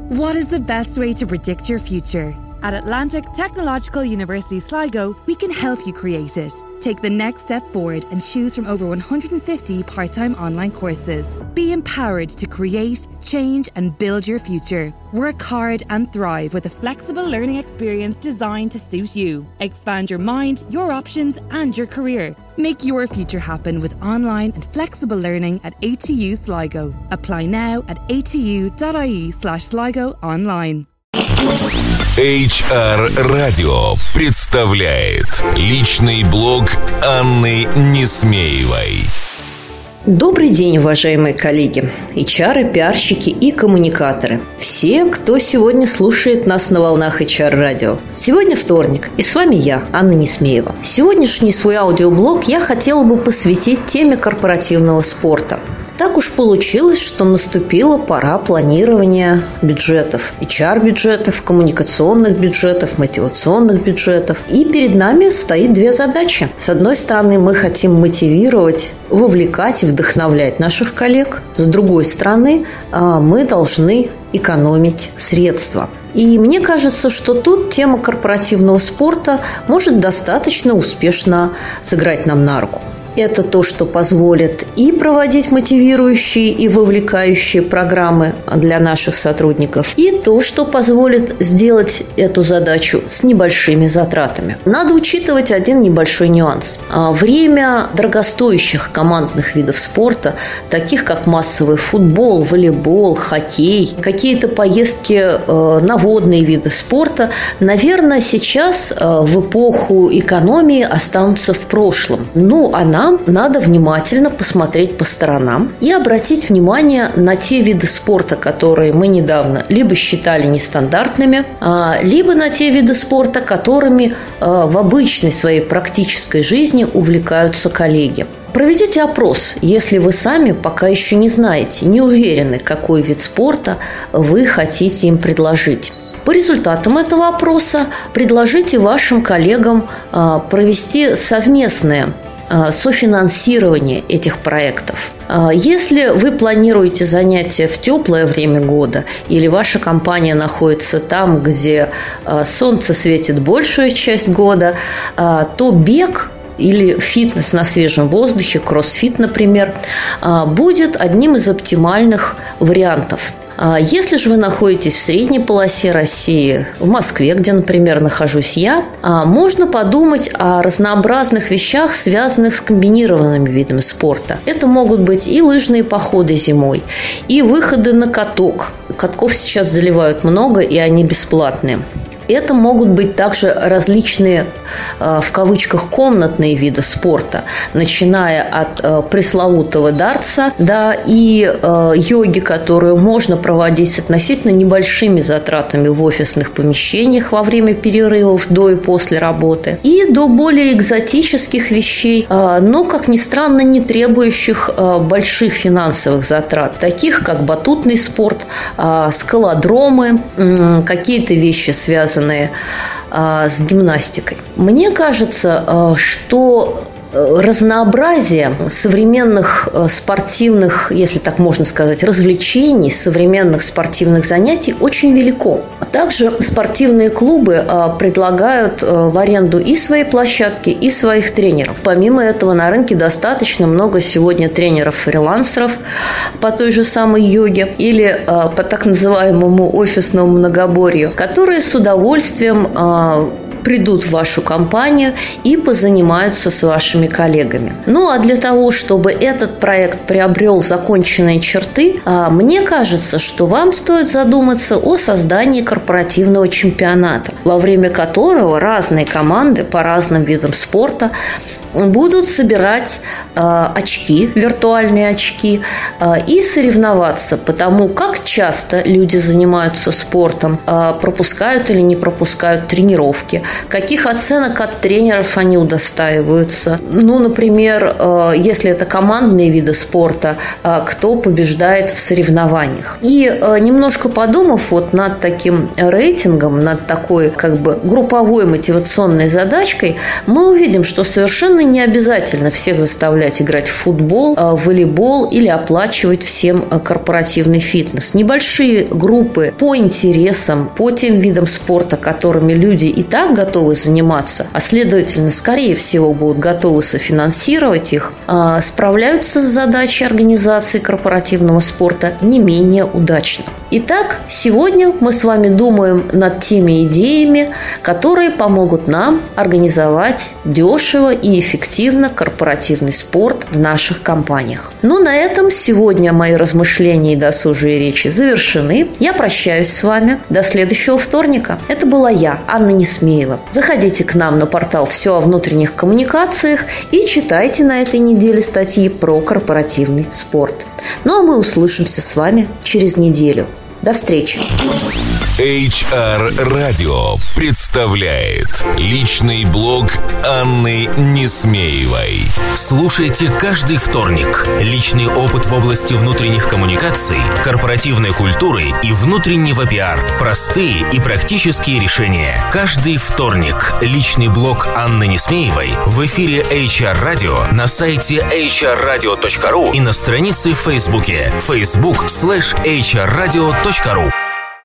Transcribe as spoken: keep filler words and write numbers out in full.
What is the best way to predict your future? At Atlantic Technological University Sligo, we can help you create it. Take the next step forward and choose from over one hundred fifty part-time online courses. Be empowered to create, change and build your future. Work hard and thrive with a flexible learning experience designed to suit you. Expand your mind, your options and your career. Make your future happen with online and flexible learning at A T U Sligo. Apply now at atu.ie slash Sligo online. эйч ар Radio представляет личный блог Анны Несмеевой. Добрый день, уважаемые коллеги, эйч ар, пиарщики и коммуникаторы. Все, кто сегодня слушает нас на волнах эйч ар Radio. Сегодня вторник, и с вами я, Анна Несмеева. Сегодняшний свой аудиоблог я хотела бы посвятить теме корпоративного спорта. Так уж получилось, что наступила пора планирования бюджетов, эйч ар-бюджетов, коммуникационных бюджетов, мотивационных бюджетов. И перед нами стоит две задачи. С одной стороны, мы хотим мотивировать, вовлекать и вдохновлять наших коллег. С другой стороны, мы должны экономить средства. И мне кажется, что тут тема корпоративного спорта может достаточно успешно сыграть нам на руку. Это то, что позволит и проводить мотивирующие и вовлекающие программы для наших сотрудников, и то, что позволит сделать эту задачу с небольшими затратами. Надо учитывать один небольшой нюанс. Время дорогостоящих командных видов спорта, таких как массовый футбол, волейбол, хоккей, какие-то поездки на водные виды спорта, наверное, сейчас в эпоху экономии останутся в прошлом. Ну, а нам надо внимательно посмотреть по сторонам и обратить внимание на те виды спорта, которые мы недавно либо считали нестандартными, либо на те виды спорта, которыми в обычной своей практической жизни увлекаются коллеги. Проведите опрос, если вы сами пока еще не знаете, не уверены, какой вид спорта вы хотите им предложить. По результатам этого опроса предложите вашим коллегам провести совместное софинансирование этих проектов. Если вы планируете занятия в теплое время года или ваша компания находится там, где солнце светит большую часть года, то бег или фитнес на свежем воздухе, кроссфит, например, будет одним из оптимальных вариантов. Если же вы находитесь в средней полосе России, в Москве, где, например, нахожусь я, можно подумать о разнообразных вещах, связанных с комбинированными видами спорта. Это могут быть и лыжные походы зимой, и выходы на каток. Катков сейчас заливают много, и они бесплатные. Это могут быть также различные, в кавычках, комнатные виды спорта, начиная от пресловутого дартса, да, и йоги, которую можно проводить с относительно небольшими затратами в офисных помещениях во время перерывов до и после работы, и до более экзотических вещей, но, как ни странно, не требующих больших финансовых затрат, таких как батутный спорт, скалодромы, какие-то вещи, связанные с гимнастикой. Мне кажется, что разнообразие современных спортивных, если так можно сказать, развлечений, современных спортивных занятий очень велико. Также спортивные клубы предлагают в аренду и свои площадки, и своих тренеров. Помимо этого, на рынке достаточно много сегодня тренеров-фрилансеров по той же самой йоге или по так называемому офисному многоборью, которые с удовольствием придут в вашу компанию и позанимаются с вашими коллегами. Ну, а для того, чтобы этот проект приобрел законченные черты, мне кажется, что вам стоит задуматься о создании корпоративного чемпионата, во время которого разные команды по разным видам спорта будут собирать э, очки, виртуальные очки, э, и соревноваться по тому, как часто люди занимаются спортом, э, пропускают или не пропускают тренировки, каких оценок от тренеров они удостаиваются. Ну, например, если это командные виды спорта, кто побеждает в соревнованиях. И немножко подумав вот над таким рейтингом, над такой как бы групповой мотивационной задачкой, мы увидим, что совершенно не обязательно всех заставлять играть в футбол, в волейбол или оплачивать всем корпоративный фитнес. Небольшие группы по интересам, по тем видам спорта, которыми люди и так готовы заниматься, а следовательно, скорее всего, будут готовы софинансировать их, справляются с задачей организации корпоративного спорта не менее удачно. Итак, сегодня мы с вами думаем над теми идеями, которые помогут нам организовать дешево и эффективно корпоративный спорт в наших компаниях. Ну, на этом сегодня мои размышления и досужие речи завершены. Я прощаюсь с вами. До следующего вторника. Это была я, Анна Несмеева. Заходите к нам на портал «Все о внутренних коммуникациях» и читайте на этой неделе статьи про корпоративный спорт. Ну, а мы услышимся с вами через неделю. До встречи. эйч ар Радио представляет личный блог Анны Несмеевой. Слушайте каждый вторник. Личный опыт в области внутренних коммуникаций, корпоративной культуры и внутреннего пиар. Простые и практические решения. Каждый вторник. Личный блог Анны Несмеевой в эфире эйч ар Радио на сайте эйч ар радио точка ру и на странице в Фейсбуке facebook слэш эйч ар радио точка ру.